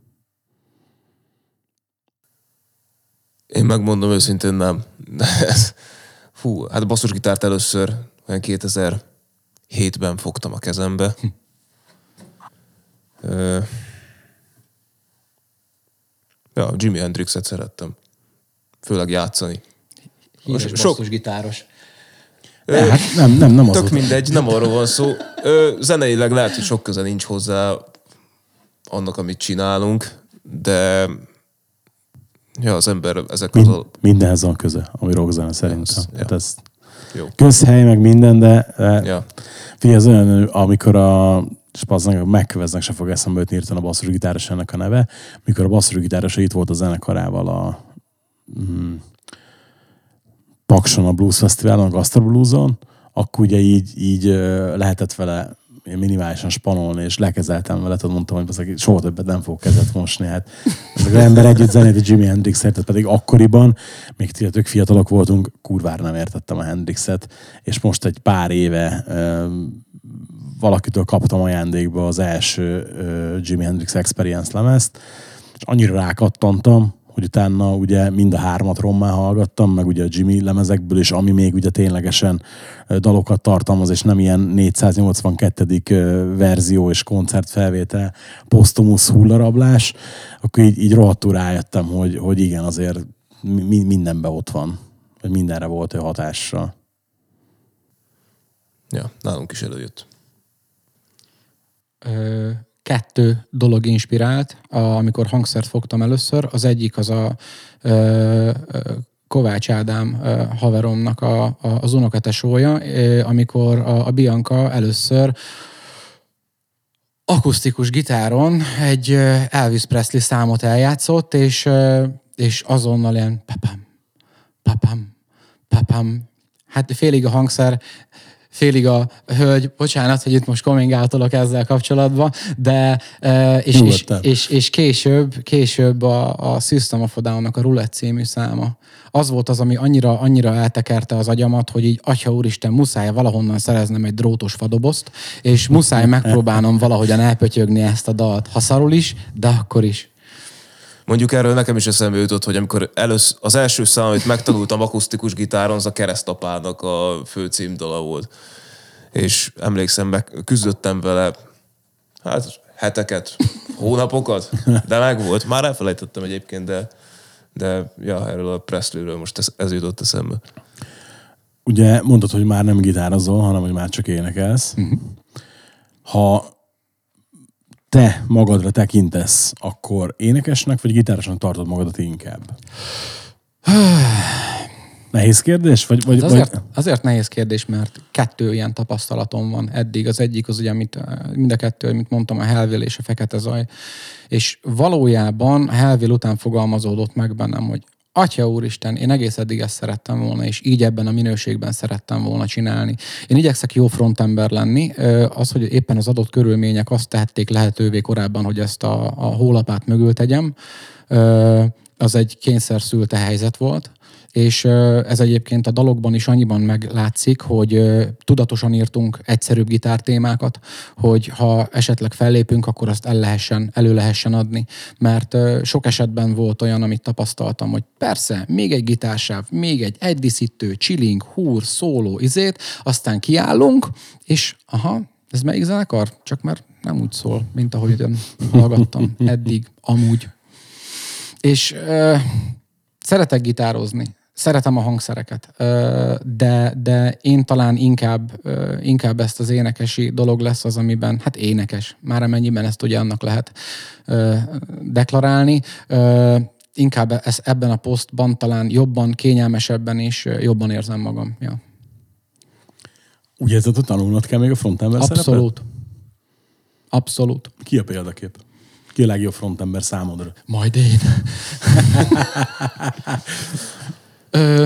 Én megmondom őszintén nem. Fú, hát a basszusgitárt először olyan kétezer-hétben fogtam a kezembe. Hm. Ö... Ja, Jimi Hendrixet szerettem. Főleg játszani. Híres basszusgitáros. Ö, hát nem, nem, nem az tök volt. mindegy, nem arról van szó. Ö, zeneileg lehet, hogy sok köze nincs hozzá annak, amit csinálunk, de ja, az ember ezek Mind, az a... Mindenhez van köze, ami rockzene szerintem. Az, Hát ja. ez Jó. közhely, meg minden, de, de Ja. figyelj, az olyan, amikor a spaznak, megköveznek, se fog eszembe jutni írtan a basszusgitáros ennek a neve, mikor a basszusgitáros itt volt a zenekarával a mm, Pakson a Blues Fesztiválon, a Gasztra Blueson, akkor ugye így, így lehetett vele minimálisan spanolni, és lekezeltem vele, tudod, mondtam, hogy soha többet nem fogok kezet mosni. Hát az ember együtt zenét a Jimi Hendrixet, tehát pedig akkoriban, még tök fiatalok voltunk, kurvára nem értettem a Hendrixet, és most egy pár éve valakitől kaptam ajándékba az első Jimi Hendrix Experience lemezt, és annyira rákattantam, hogy utána ugye mind a hármat rommá hallgattam, meg ugye a Jimmy lemezekből, és ami még ugye ténylegesen dalokat tartalmaz, és nem ilyen négyszáznyolcvankettő verzió és koncertfelvétel, posztumusz hullarablás, akkor így, így rohadtul rájöttem, hogy, hogy igen, azért mi, mindenben ott van, vagy mindenre volt ő hatással. Ja, nálunk is előjött. Ö, kettő dolog inspirált, a, amikor hangszert fogtam először. Az egyik az a ö, ö, Kovács Ádám ö, haveromnak a, a, az unokatesója, ö, amikor a, a Bianca először akusztikus gitáron egy Elvis Presley számot eljátszott, és, és azonnal ilyen papam, papam, papam. Hát félig a hangszer, félig a hölgy, bocsánat, hogy itt most coming out-olok ezzel kapcsolatban, de és, és, és, és később, később a, a System of a Down-nak a Roulette című száma. Az volt az, ami annyira, annyira eltekerte az agyamat, hogy így, atya úristen, muszáj valahonnan szereznem egy drótos fadobozt, és muszáj megpróbálnom valahogyan elpötyögni ezt a dalt. Ha szarul is, de akkor is. Mondjuk erről nekem is eszembe jutott, hogy amikor elősz, az első szám, amit megtanultam akusztikus gitáron, az a Keresztapának a fő címdala volt. És emlékszem, meg küzdöttem vele, hát heteket, hónapokat, de meg volt. Már elfelejtettem egyébként, de, de ja, erről a Presleyről most ez, ez jutott eszembe. Ugye mondtad, hogy már nem gitározol, hanem hogy már csak énekelsz. Uh-huh. Ha te magadra tekintesz, akkor énekesnek vagy gitárosnak tartod magadat inkább? Nehéz kérdés? Vagy, vagy, azért, vagy... azért nehéz kérdés, mert kettő ilyen tapasztalatom van eddig. Az egyik az ugye, amit, mind a kettő, amit mondtam, a Hellville és a Fekete Zaj. És valójában a Hellville után fogalmazódott meg bennem, hogy Atya úristen, én egész eddig ezt szerettem volna, és így ebben a minőségben szerettem volna csinálni. Én igyekszek jó frontember lenni. Az, hogy éppen az adott körülmények azt tehették lehetővé korábban, hogy ezt a, a hólapát mögül tegyem, az egy kényszer szülte helyzet volt. És ez egyébként a dalokban is annyiban meglátszik, hogy tudatosan írtunk egyszerűbb gitártémákat, hogy ha esetleg fellépünk, akkor azt el lehessen, elő lehessen adni. Mert sok esetben volt olyan, amit tapasztaltam, hogy persze, még egy gitársáv, még egy egydíszítő, chilling, húr, szóló, izét, aztán kiállunk, és aha, ez melyik zenekar? Csak már nem úgy szól, mint ahogy hallgattam eddig, amúgy. És ö, szeretek gitározni. Szeretem a hangszereket, de, de én talán inkább, inkább ezt az énekesi dolog lesz az, amiben, hát énekes, már amennyiben ezt ugye annak lehet deklarálni, inkább ebben a posztban talán jobban, kényelmesebben és jobban érzem magam. Ja. Úgy érzed, hogy tanulnod kell még a frontember szerepet? Abszolút. Abszolút. Ki a példakép? Ki a legjobb frontember számodra? Majd én. Ö,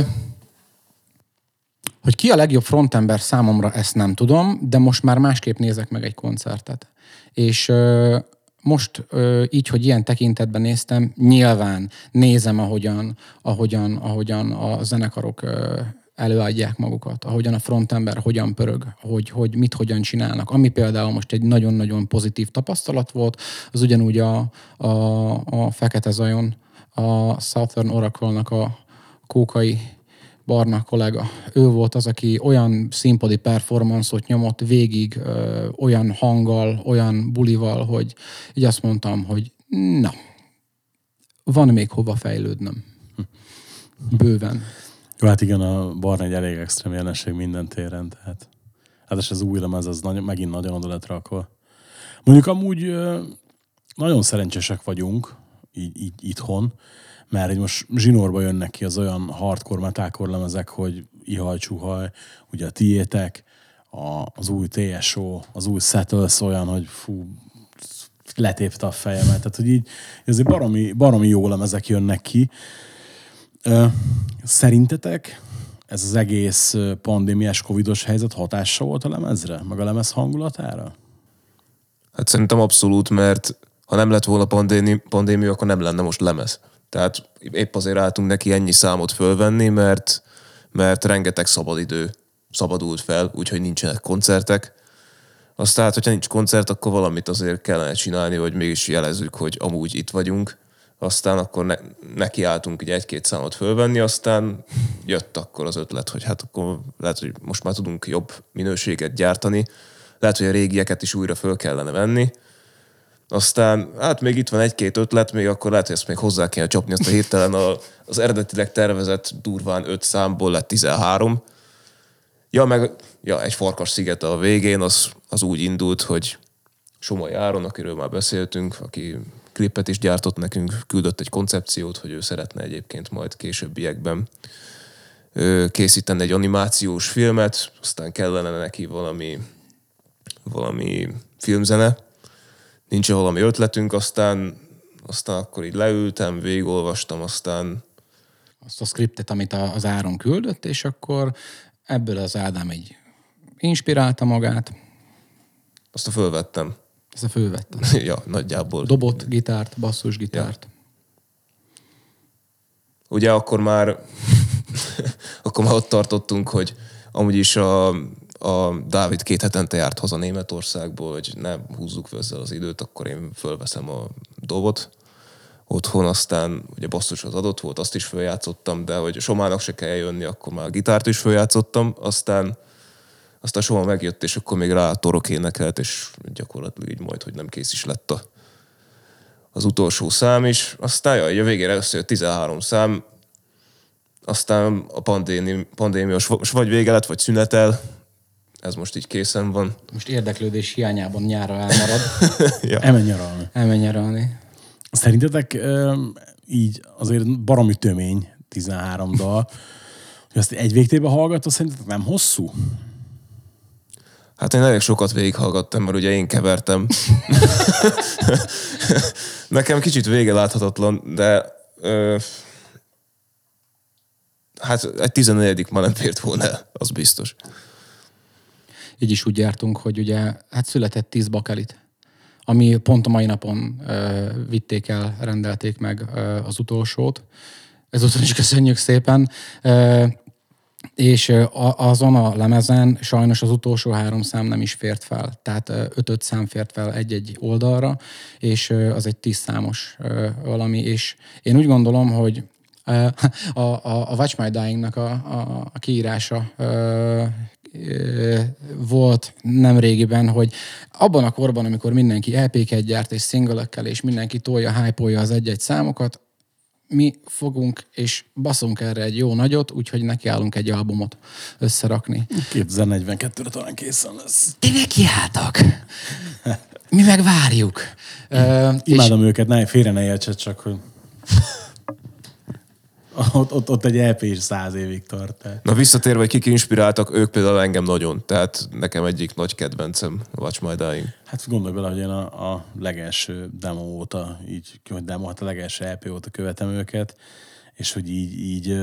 hogy ki a legjobb frontember számomra, ezt nem tudom, de most már másképp nézek meg egy koncertet. És ö, most ö, így, hogy ilyen tekintetben néztem, nyilván nézem, ahogyan, ahogyan, ahogyan a zenekarok ö, előadják magukat, ahogyan a frontember hogyan pörög, hogy, hogy mit hogyan csinálnak. Ami például most egy nagyon-nagyon pozitív tapasztalat volt, az ugyanúgy a, a, a Fekete Zajon, a Southern Oracle-nak a Kókai Barna kollega. Ő volt az, aki olyan színpadi performance-ot nyomott végig, ö, olyan hanggal, olyan bulival, hogy így azt mondtam, hogy na, van még hova fejlődnöm. Bőven. Jó, hát igen, a Barna egy elég extrém jelenség minden téren, tehát hát és az új lemez, az nagyon, megint nagyon oda lett rakva. Mondjuk amúgy nagyon szerencsések vagyunk így, így itthon, mert így most zsinórba jönnek ki az olyan hardcore, metalcore lemezek, hogy ihaj-csuhaj, ugye a tiétek, a, az új té es o, az új Settles olyan, hogy fú, letépte a fejemet. Tehát, hogy így ezért baromi, baromi jó lemezek jönnek ki. Szerintetek ez az egész pandémiás covidos helyzet hatással volt a lemezre, meg a lemez hangulatára? Hát szerintem abszolút, mert ha nem lett volna pandémi, pandémia, akkor nem lenne most lemez. Tehát épp azért álltunk neki ennyi számot fölvenni, mert, mert rengeteg szabadidő szabadult fel, úgyhogy nincsenek koncertek. Aztán, hogyha nincs koncert, akkor valamit azért kellene csinálni, hogy mégis jelezzük, hogy amúgy itt vagyunk. Aztán akkor ne, nekiálltunk ugye egy-két számot fölvenni, aztán jött akkor az ötlet, hogy hát akkor lehet, hogy most már tudunk jobb minőséget gyártani. Lehet, hogy a régieket is újra föl kellene venni. Aztán, hát még itt van egy-két ötlet, még akkor lehet, hogy ezt még hozzá kéne csapni, azt a hirtelen a, az eredetileg tervezett durván öt számból lett tizenhárom. Ja, meg ja, egy Farkas sziget a végén, az, az úgy indult, hogy Somai Áron, akiről már beszéltünk, aki klipet is gyártott nekünk, küldött egy koncepciót, hogy ő szeretne egyébként majd későbbiekben készíteni egy animációs filmet, aztán kellene neki valami, valami filmzene. Nincs valami ötletünk, aztán, aztán akkor így leültem, végigolvastam, aztán... Azt a skriptet, amit az Áron küldött, és akkor ebből az Ádám így inspirálta magát. Azt a fölvettem. Ezt a fölvettem. Ja, nagyjából. Dobott gitárt, basszusgitárt. Ja. Ugye akkor már akkor már ott tartottunk, hogy amúgy is a, a Dávid két hetente járt haza Németországból, hogy ne húzzuk ezzel az időt, akkor én fölveszem a dobot otthon, aztán ugye basszus az adott volt, azt is följátszottam, de hogy Somának se kell jönni, akkor már a gitárt is följátszottam, aztán aztán Soma megjött, és akkor még rá Torok énekelt, és gyakorlatilag így majd, hogy nem kész is lett a, az utolsó szám is. Aztán jaj, a végére összejött tizenhárom szám, aztán a pandémi, pandémia vagy vége lett, vagy szünetel, ez most így készen van. Most érdeklődés hiányában nyárra elmarad. Ja. Elmenj nyaralni. Elmenj nyaralni. Szerintetek ö, így azért baromi tömény tizenhárom dal, hogy azt egy végtében hallgatod, szerintetek nem hosszú? Hát én elég sokat végighallgattam, mert ugye én kevertem. Nekem kicsit vége láthatatlan, de ö, hát egy tizennegyedik már nem fért volna el, az biztos. Így is úgy jártunk, hogy ugye hát született tíz bakelit, ami pont a mai napon ö, vitték el, rendelték meg ö, az utolsót. Ezúttal is köszönjük szépen. Ö, és ö, azon a lemezen sajnos az utolsó három szám nem is fért fel. Tehát öt-öt szám fért fel egy-egy oldalra, és ö, az egy tíz számos ö, valami. És én úgy gondolom, hogy ö, a, a, a Watch My Dying-nak a, a, a kiírása ö, volt nem régiben, hogy abban a korban, amikor mindenki é pé-ket gyárt és single-ökkel, és mindenki tolja, hype-olja az egy-egy számokat, mi fogunk és baszunk erre egy jó nagyot, úgyhogy nekiállunk egy albumot összerakni. kétezer-negyvenkettőre talán készen lesz. Ti nekiálltak! Mi meg várjuk. Uh, Imádom és... őket, ne, félre ne értsed, csak hogy ott, ott, ott egy é pé is száz évig tart. Tehát. Na visszatérve, hogy kik inspiráltak, ők például engem nagyon. Tehát nekem egyik nagy kedvencem Watch My Dying. Hát gondolj bele, hogy én a, a legelső demo óta, így, hogy demo, hát a legelső é pé óta követem őket, és hogy így, így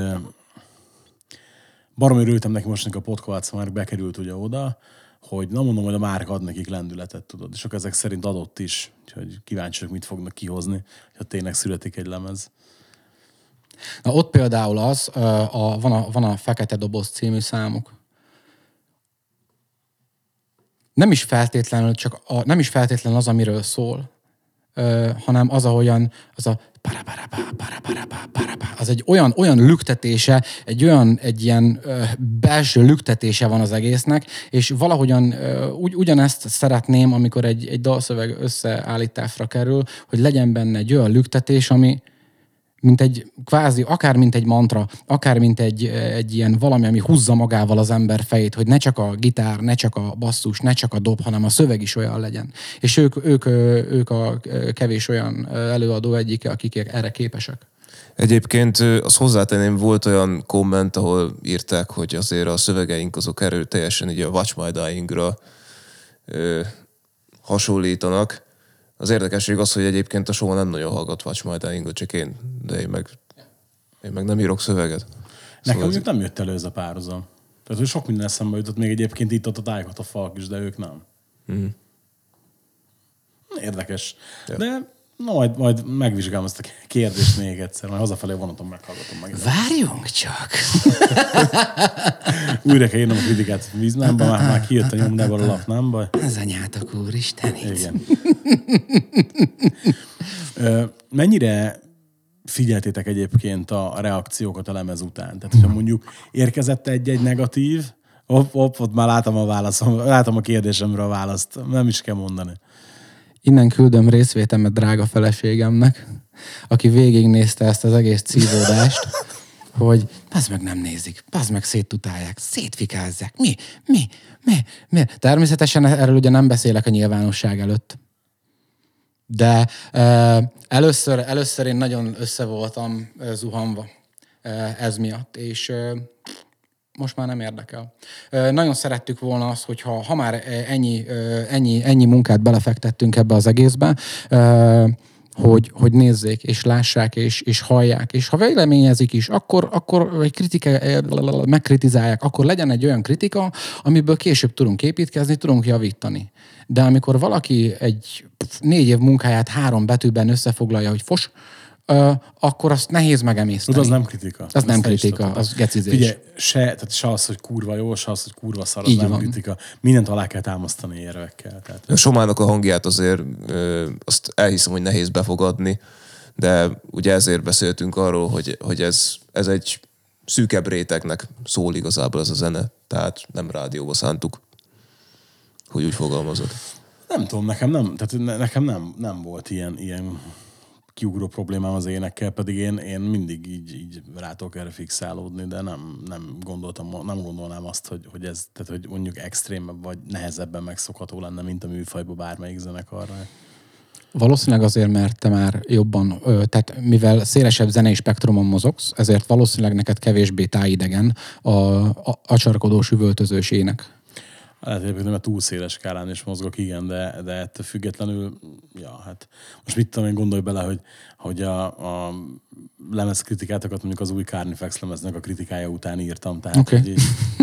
barom örültem neki most, a Podkovác már bekerült ugye oda, hogy na mondom, hogy a márka ad nekik lendületet, tudod. És akkor ezek szerint adott is, hogy kíváncsiak, mit fognak kihozni, ha tényleg születik egy lemez. Na ott például az, a, van, a, van a Fekete Doboz című számuk. Nem is feltétlenül csak a, nem is feltétlenül az, amiről szól, ö, hanem az, ahogyan az a az egy olyan, olyan lüktetése, egy olyan, egy ilyen ö, belső lüktetése van az egésznek, és valahogyan ö, ugy, ugyanezt szeretném, amikor egy, egy dalszöveg összeállításra kerül, hogy legyen benne egy olyan lüktetés, ami mint egy kvázi, akár mint egy mantra, akár mint egy, egy ilyen valami, ami húzza magával az ember fejét, hogy ne csak a gitár, ne csak a basszus, ne csak a dob, hanem a szöveg is olyan legyen. És ők, ők, ők a kevés olyan előadó egyike, akik erre képesek. Egyébként azt hozzátenném, volt olyan komment, ahol írták, hogy azért a szövegeink azok erőteljesen így a Watch My Dying-ra ö, hasonlítanak. Az érdekesség az, hogy egyébként a soha nem nagyon hallgat Watch My Dying-ot, csak én, de én meg, én meg nem írok szöveget. Nekem Szóval ez... nem jött elő ez a párhuzam. Tehát, hogy sok minden eszembe jutott, még egyébként itt ott a tájékat a falk is, de ők nem. Mm. Érdekes. Ja. De na, majd, majd megvizsgálom ezt a kérdést még egyszer, majd hazafelé vonaton meghallgatom meg. Várjunk csak! Újra kell írnom a kritikát víznámba, már, már kijött a nyomdából a lap, nem baj? Az anyátok úristen itt. Igen. Mennyire figyeltétek egyébként a reakciókat a lemez után? Tehát, hogyha mondjuk érkezett egy-egy negatív, hopp, hopp, ott már látom a válaszom, látom a kérdésemre a választ, nem is kell mondani. Innen küldöm részvétemet drága feleségemnek, aki végignézte ezt az egész cívódást, hogy az meg nem nézik, az meg széttutálják, szétfikázzák. Mi? Mi? Mi? Mi? Természetesen erről ugye nem beszélek a nyilvánosság előtt. De uh, először, először én nagyon össze voltam uh, zuhanva uh, ez miatt, és uh, most már nem érdekel. Uh, nagyon szerettük volna azt, hogyha ha már ennyi, uh, ennyi, ennyi munkát belefektettünk ebbe az egészbe, uh, hogy, hogy nézzék, és lássák, és, és hallják, és ha véleményezik is, akkor, akkor egy kritika, megkritizálják, akkor legyen egy olyan kritika, amiből később tudunk építkezni, tudunk javítani. De amikor valaki egy négy év munkáját három betűben összefoglalja, hogy fos, Uh, akkor azt nehéz megemészteni. Tudod, az nem kritika. Az nem kritika, az gecizés. Figyelj, se, tehát se az, hogy kurva jó, se az, hogy kurva szar, az Így nem van. kritika. Mindent alá kell támasztani érvekkel. Tehát. A Somának a hangját azért ö, azt elhiszem, hogy nehéz befogadni, de ugye ezért beszéltünk arról, hogy, hogy ez, ez egy szűkebb rétegnek szól igazából ez a zene, tehát nem rádióba szántuk, hogy úgy fogalmazod. Nem tudom, nekem nem, tehát ne, nekem nem, nem volt ilyen, ilyen kiugró problémám az énekkel, pedig én, én mindig így, így rá tudok erre fixálódni, de nem, nem gondoltam, nem gondolnám azt, hogy, hogy ez, tehát hogy mondjuk extrém vagy nehezebben megszokható lenne, mint a műfajban bármelyik zenekarra. Valószínűleg azért, mert te már jobban, tehát mivel szélesebb zenei spektrumon mozogsz, ezért valószínűleg neked kevésbé tájidegen a, a, a csarkodós, üvöltözős ének. Lehet, hogy nem a túl széles skálán is mozgok, igen, de, de ettől függetlenül, ja, hát most mit tudom én, gondolj bele, hogy, hogy a, a lemezkritikátokat mondjuk az új Carnifex lemeznek a kritikája után írtam, tehát okay. hogy így,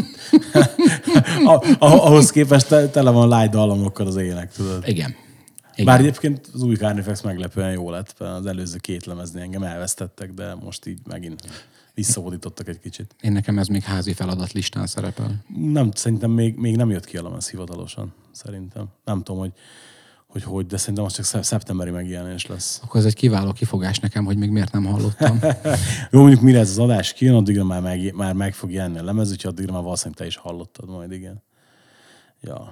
ahhoz képest tele van light dallamokkal az ének, tudod. Igen. Igen. Bár egyébként az új Carnifex meglepően jó lett, az előző két lemezni engem elvesztettek, de most így megint visszahódítottak egy kicsit. Én nekem ez még házi feladat listán szerepel. Nem, szerintem még, még nem jött ki a lemez hivatalosan, szerintem. Nem tudom, hogy hogy, hogy de szerintem az csak szeptemberi megjelenés lesz. Akkor ez egy kiváló kifogás nekem, hogy még miért nem hallottam. Jó, mondjuk mire ez az adás kijön, addigra már meg, már meg fog jelenni a lemez, úgyhogy addigra már valószínűleg te is hallottad majd, igen. Ja.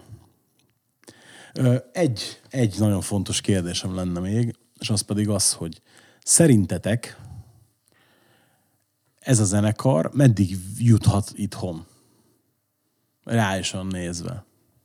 Egy, egy nagyon fontos kérdésem lenne még, és az pedig az, hogy szerintetek ez a zenekar meddig juthat itthon? Reálisan nézve.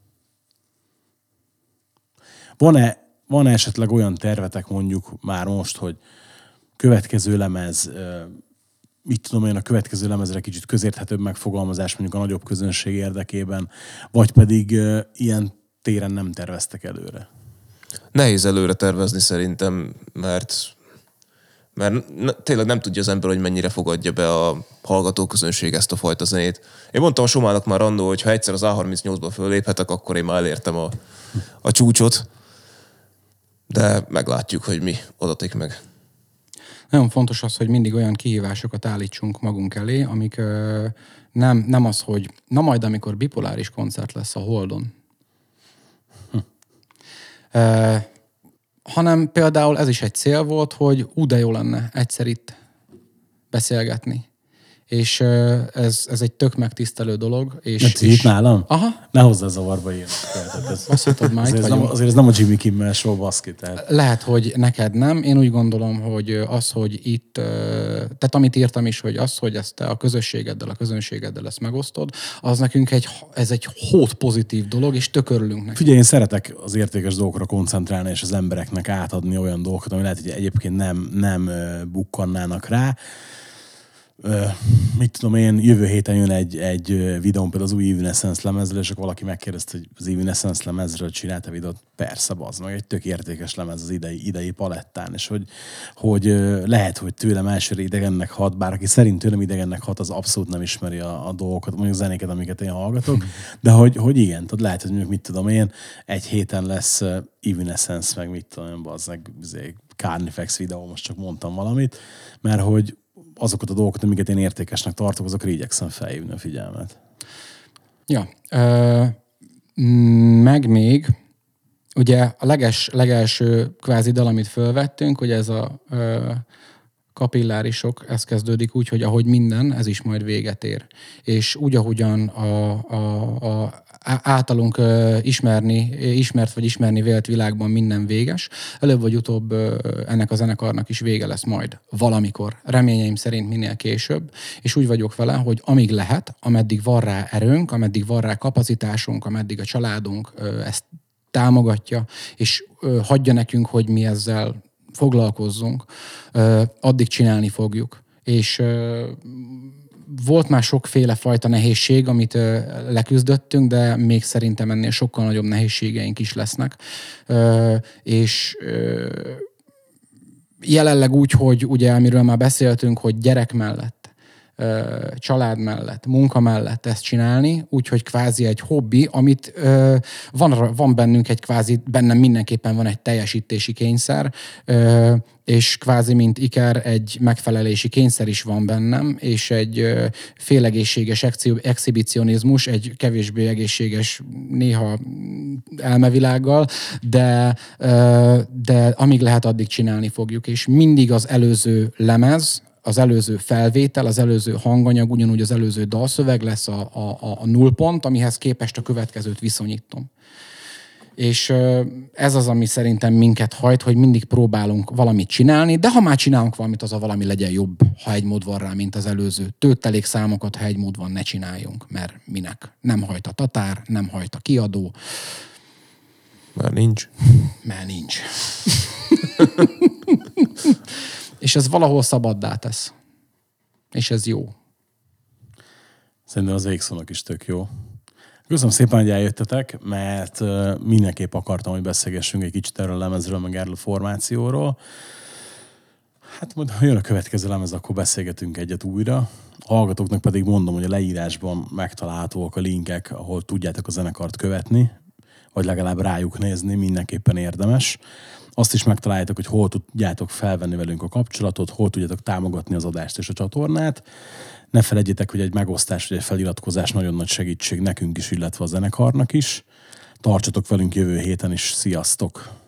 Van-e, van-e esetleg olyan tervetek mondjuk már most, hogy következő lemez, mit tudom én, a következő lemezre kicsit közérthetőbb megfogalmazás mondjuk a nagyobb közönség érdekében, vagy pedig ilyen téren nem terveztek előre? Nehéz előre tervezni szerintem, mert, mert ne, tényleg nem tudja az ember, hogy mennyire fogadja be a hallgatóközönség ezt a fajta zenét. Én mondtam a Somának már annól, hogy ha egyszer az á harmincnyolcból föléphetek, akkor én már elértem a, a csúcsot, de meglátjuk, hogy mi adatik meg. Nagyon fontos az, hogy mindig olyan kihívásokat állítsunk magunk elé, amik ö, nem, nem az, hogy na majd, amikor bipoláris koncert lesz a Holdon, hm. ö, hanem például ez is egy cél volt, hogy ú, de jó lenne egyszer itt beszélgetni. És ö, ez, ez egy tök megtisztelő dolog. És, és... és... nálam? Aha. Ne hozzá zavarba írni. Azt mondtad, már azért, ez nem, azért ez nem a Jimmy Kimmel show, baszki. Tehát. Lehet, hogy neked nem. Én úgy gondolom, hogy az, hogy itt, tehát amit írtam is, hogy az, hogy ezt a közösségeddel, a közönségeddel ezt megosztod, az nekünk egy, ez egy hót pozitív dolog, és tök örülünk neki. Figyelj, én szeretek az értékes dolgokra koncentrálni, és az embereknek átadni olyan dolgokat, ami lehet, hogy egyébként nem, nem bukkannának rá. Uh, mit tudom én, jövő héten jön egy, egy videón például az új Evanescence lemezről, és akkor valaki megkérdezte, hogy az Evanescence lemezről csinálta videót. Persze, bazd meg, egy tök értékes lemez az idei, idei palettán, és hogy, hogy uh, lehet, hogy tőlem elsőre idegennek hat, bár aki szerint tőlem idegennek hat, az abszolút nem ismeri a, a dolgokat, mondjuk zenéket, amiket én hallgatok, de hogy, hogy igen, tehát lehet, hogy mondjuk mit tudom én, egy héten lesz uh, Evanescence, meg mit tudom én, bazd meg, Carnifex videó, most csak mondtam valamit, mert hogy azokat a dolgokat, amiket én értékesnek tartok, azokra igyekszem felhívni a figyelmet. Ja. Ö, meg még, ugye a leges, legelső kvázi dal, amit fölvettünk, hogy ez a ö, kapillárisok, ez kezdődik úgy, hogy ahogy minden, ez is majd véget ér. És úgy, ahogyan a, a, a általunk uh, ismerni, ismert vagy ismerni vélt világban minden véges, előbb vagy utóbb uh, ennek a zenekarnak is vége lesz majd valamikor. Reményeim szerint minél később. És úgy vagyok vele, hogy amíg lehet, ameddig van rá erőnk, ameddig van rá kapacitásunk, ameddig a családunk uh, ezt támogatja, és uh, hagyja nekünk, hogy mi ezzel foglalkozzunk, uh, addig csinálni fogjuk. És uh, volt már sokféle fajta nehézség, amit ö, leküzdöttünk, de még szerintem ennél sokkal nagyobb nehézségeink is lesznek. Ö, és ö, jelenleg úgy, hogy ugye, amiről már beszéltünk, hogy gyerek mellett, ö, család mellett, munka mellett ezt csinálni, úgyhogy kvázi egy hobbi, amit ö, van, van bennünk egy kvázi, bennem mindenképpen van egy teljesítési kényszer, ö, és kvázi, mint Iker, egy megfelelési kényszer is van bennem, és egy ö, félegészséges exhibicionizmus, egy kevésbé egészséges néha elmevilággal, de, ö, de amíg lehet, addig csinálni fogjuk, és mindig az előző lemez, az előző felvétel, az előző hanganyag, ugyanúgy az előző dalszöveg lesz a, a, a nullpont, amihez képest a következőt viszonyítom. És ez az, ami szerintem minket hajt, hogy mindig próbálunk valamit csinálni, de ha már csinálunk valamit, az a valami legyen jobb, ha egy mód van rá, mint az előző. Tőtelék számokat, ha egy mód van, ne csináljunk, mert minek? Nem hajt a tatár, nem hajt a kiadó. Már nincs. Mert nincs. És ez valahol szabaddá tesz. És ez jó. Szerintem az végszónak is tök jó. Köszönöm szépen, hogy eljöttetek, mert mindenképp akartam, hogy beszélgessünk egy kicsit erről a lemezről, meg erről a formációról. Hát majd, ha jön a következő lemez, akkor beszélgetünk egyet újra. A hallgatóknak pedig mondom, hogy a leírásban megtalálhatóak a linkek, ahol tudjátok a zenekart követni, vagy legalább rájuk nézni, mindenképpen érdemes. Azt is megtaláljátok, hogy hol tudjátok felvenni velünk a kapcsolatot, hol tudjátok támogatni az adást és a csatornát. Ne felejtjétek, hogy egy megosztás vagy egy feliratkozás nagyon nagy segítség nekünk is, illetve a zenekarnak is. Tartsatok velünk jövő héten is, sziasztok!